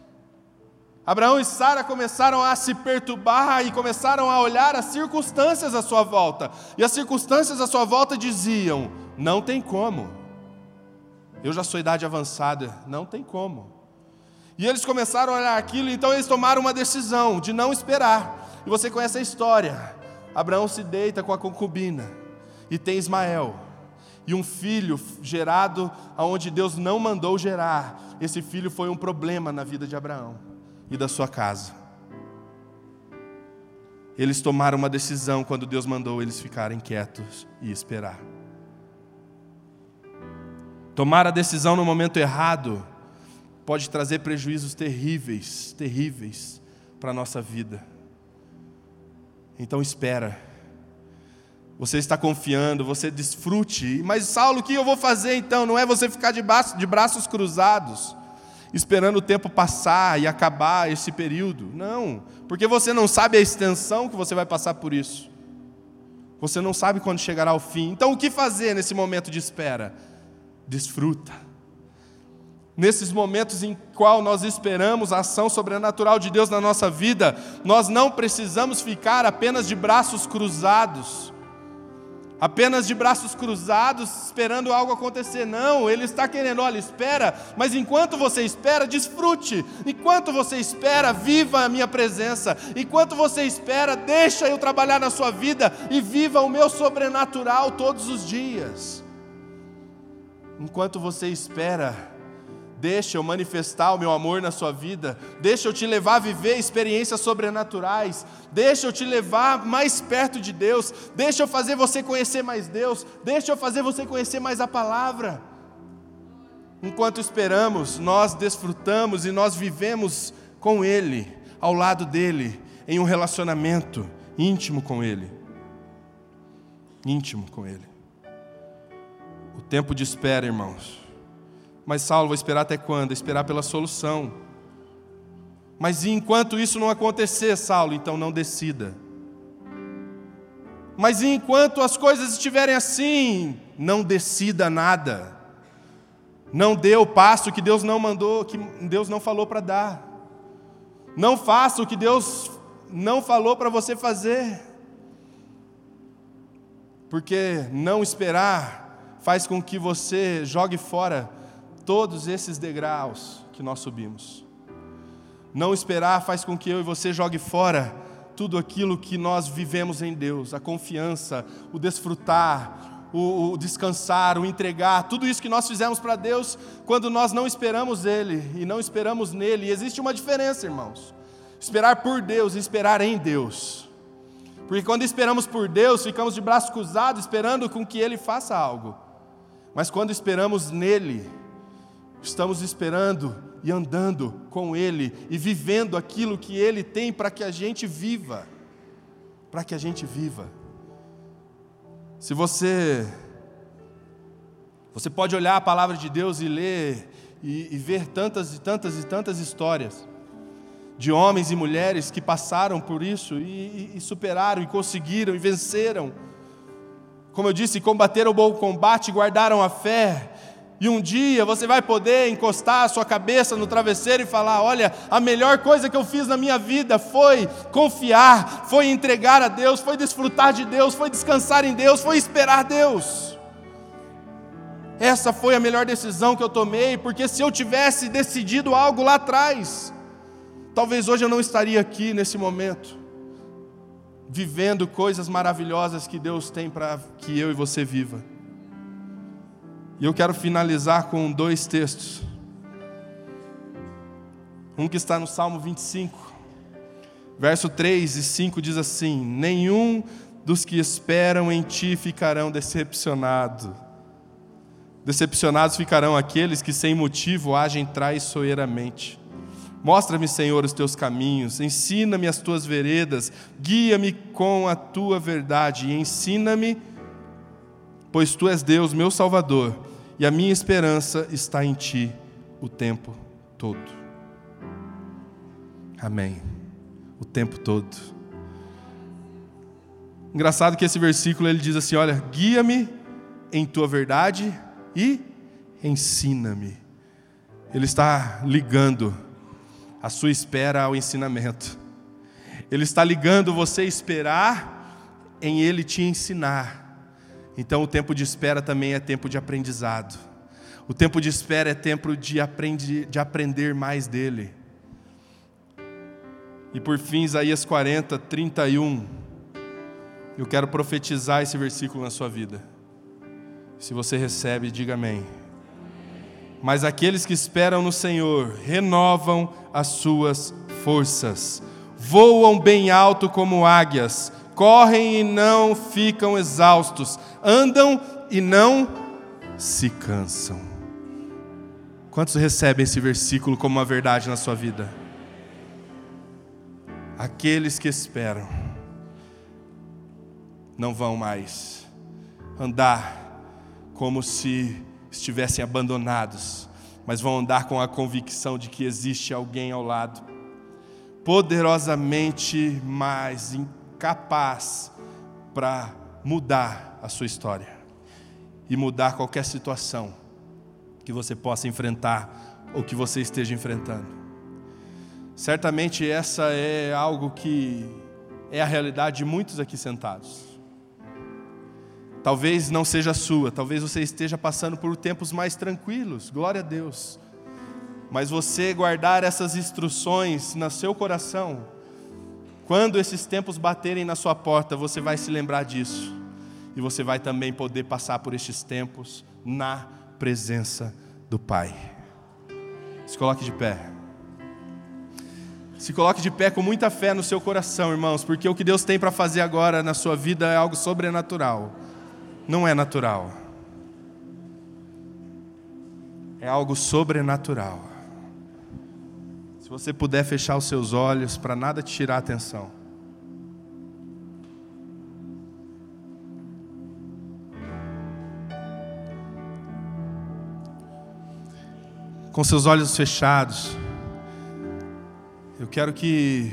Abraão e Sara começaram a se perturbar e começaram a olhar as circunstâncias à sua volta. E as circunstâncias à sua volta diziam, não tem como. Eu já sou idade avançada, não tem como. E eles começaram a olhar aquilo, então eles tomaram uma decisão de não esperar. E você conhece a história. Abraão se deita com a concubina e tem Ismael, e um filho gerado aonde Deus não mandou gerar. Esse filho foi um problema na vida de Abraão e da sua casa. Eles tomaram uma decisão quando Deus mandou eles ficarem quietos e esperar. Tomar a decisão no momento errado pode trazer prejuízos terríveis, terríveis para a nossa vida. Então espera, você está confiando, você desfrute, mas Saulo, o que eu vou fazer então? Não é você ficar de braços, de braços cruzados, esperando o tempo passar e acabar esse período, não, porque você não sabe a extensão que você vai passar por isso, você não sabe quando chegará o fim. Então o que fazer nesse momento de espera? Desfruta, Nesses momentos em qual nós esperamos a ação sobrenatural de Deus na nossa vida, nós não precisamos ficar apenas de braços cruzados, apenas de braços cruzados esperando algo acontecer. Não, Ele está querendo, olha, espera, mas enquanto você espera, desfrute. Enquanto você espera, viva a minha presença. Enquanto você espera, deixa eu trabalhar na sua vida e viva o meu sobrenatural todos os dias. Enquanto você espera, deixa eu manifestar o meu amor na sua vida, deixa eu te levar a viver experiências sobrenaturais, deixa eu te levar mais perto de Deus, deixa eu fazer você conhecer mais Deus, deixa eu fazer você conhecer mais a palavra. Enquanto esperamos, nós desfrutamos e nós vivemos com Ele, ao lado dEle, em um relacionamento íntimo com Ele. Íntimo com Ele. O tempo de espera, irmãos. Mas Saulo, vou esperar até quando? Esperar pela solução. Mas e enquanto isso não acontecer, Saulo, então não decida. Mas e enquanto as coisas estiverem assim, não decida nada. Não dê o passo que Deus não mandou, que Deus não falou para dar. Não faça o que Deus não falou para você fazer. Porque não esperar faz com que você jogue fora todos esses degraus que nós subimos. Não esperar faz com que eu e você jogue fora tudo aquilo que nós vivemos em Deus, a confiança, o desfrutar, o, o descansar, o entregar, tudo isso que nós fizemos para Deus quando nós não esperamos Ele e não esperamos nele. E existe uma diferença, irmãos, esperar por Deus e esperar em Deus. Porque quando esperamos por Deus, ficamos de braços cruzados esperando com que Ele faça algo. Mas quando esperamos nele, estamos esperando e andando com Ele e vivendo aquilo que Ele tem para que a gente viva. Para que a gente viva. Se você... Você pode olhar a palavra de Deus e ler e, e ver tantas e tantas e tantas histórias de homens e mulheres que passaram por isso e, e, e superaram e conseguiram e venceram. Como eu disse, combateram o bom combate, guardaram a fé. E um dia você vai poder encostar a sua cabeça no travesseiro e falar: olha, a melhor coisa que eu fiz na minha vida foi confiar, foi entregar a Deus, foi desfrutar de Deus, foi descansar em Deus, foi esperar Deus. Essa foi a melhor decisão que eu tomei, porque se eu tivesse decidido algo lá atrás, talvez hoje eu não estaria aqui nesse momento, vivendo coisas maravilhosas que Deus tem para que eu e você viva. E eu quero finalizar com dois textos. Um que está no Salmo vinte e cinco, verso três e cinco diz assim: nenhum dos que esperam em ti ficarão decepcionados. Decepcionados ficarão aqueles que sem motivo agem traiçoeiramente. Mostra-me, Senhor, os teus caminhos, ensina-me as tuas veredas, guia-me com a tua verdade e ensina-me, pois tu és Deus, meu Salvador, e a minha esperança está em ti o tempo todo. Amém. O tempo todo. Engraçado que esse versículo ele diz assim: olha, guia-me em tua verdade e ensina-me. Ele está ligando a sua espera ao ensinamento. Ele está ligando você a esperar em Ele te ensinar. Então o tempo de espera também é tempo de aprendizado. O tempo de espera é tempo de, aprende, de aprender mais dEle. E por fim, Isaías quarenta, trinta e um. Eu quero profetizar esse versículo na sua vida. Se você recebe, diga amém. Mas aqueles que esperam no Senhor renovam as suas forças, voam bem alto como águias, correm e não ficam exaustos, andam e não se cansam. Quantos recebem esse versículo como uma verdade na sua vida? Aqueles que esperam não vão mais andar como se estivessem abandonados, mas vão andar com a convicção de que existe alguém ao lado, poderosamente mais capaz para mudar a sua história e mudar qualquer situação que você possa enfrentar o que você esteja enfrentando. Certamente essa é algo que é a realidade de muitos aqui sentados. Talvez não seja a sua, talvez você esteja passando por tempos mais tranquilos, glória a Deus. Mas você guardar essas instruções no seu coração, quando esses tempos baterem na sua porta, você vai se lembrar disso. E você vai também poder passar por estes tempos na presença do Pai. Se coloque de pé. Se coloque de pé com muita fé no seu coração, irmãos, porque o que Deus tem para fazer agora na sua vida é algo sobrenatural. Não é natural. É algo sobrenatural. Se você puder fechar os seus olhos para nada te tirar a atenção. Com seus olhos fechados, eu quero que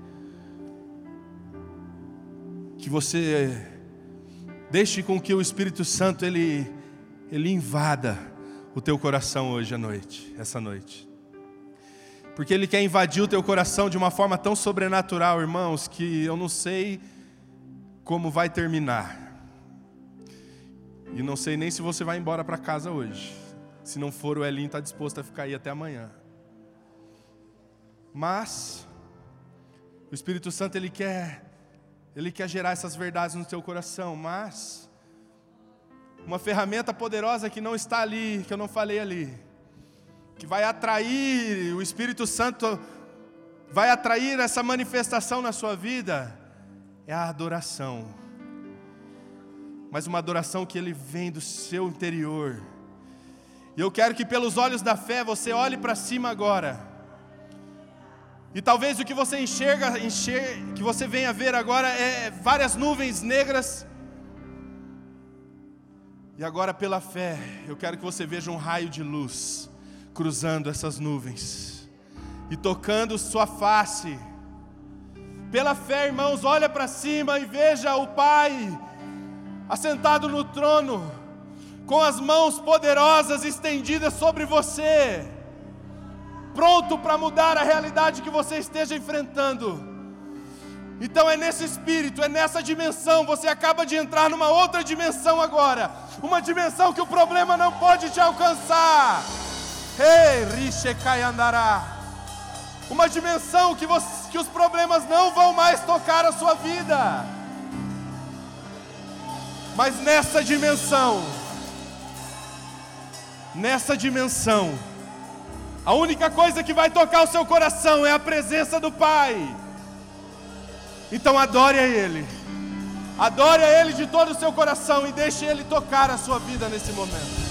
que você deixe com que o Espírito Santo ele ele invada o teu coração hoje à noite, essa noite. Porque Ele quer invadir o teu coração de uma forma tão sobrenatural, irmãos, que eu não sei como vai terminar. E não sei nem se você vai embora para casa hoje. Se não for, o Elinho está disposto a ficar aí até amanhã. Mas o Espírito Santo ele quer, ele quer gerar essas verdades no teu coração. Mas uma ferramenta poderosa que não está ali, que eu não falei ali, que vai atrair, o Espírito Santo vai atrair essa manifestação na sua vida, é a adoração. Mas uma adoração que ele vem do seu interior. E eu quero que pelos olhos da fé você olhe para cima agora. E talvez o que você enxerga, enxerga, que você venha ver agora é várias nuvens negras. E agora pela fé, eu quero que você veja um raio de luz cruzando essas nuvens e tocando sua face. Pela fé, irmãos, olha para cima e veja o Pai assentado no trono, com as mãos poderosas estendidas sobre você, pronto para mudar a realidade que você esteja enfrentando. Então é nesse espírito, é nessa dimensão, você acaba de entrar numa outra dimensão agora, uma dimensão que o problema não pode te alcançar. Ei, Rishecai andará. Uma dimensão que, você, que os problemas não vão mais tocar a sua vida. Mas nessa dimensão, nessa dimensão, a única coisa que vai tocar o seu coração é a presença do Pai. Então adore a Ele, adore a Ele de todo o seu coração e deixe Ele tocar a sua vida nesse momento.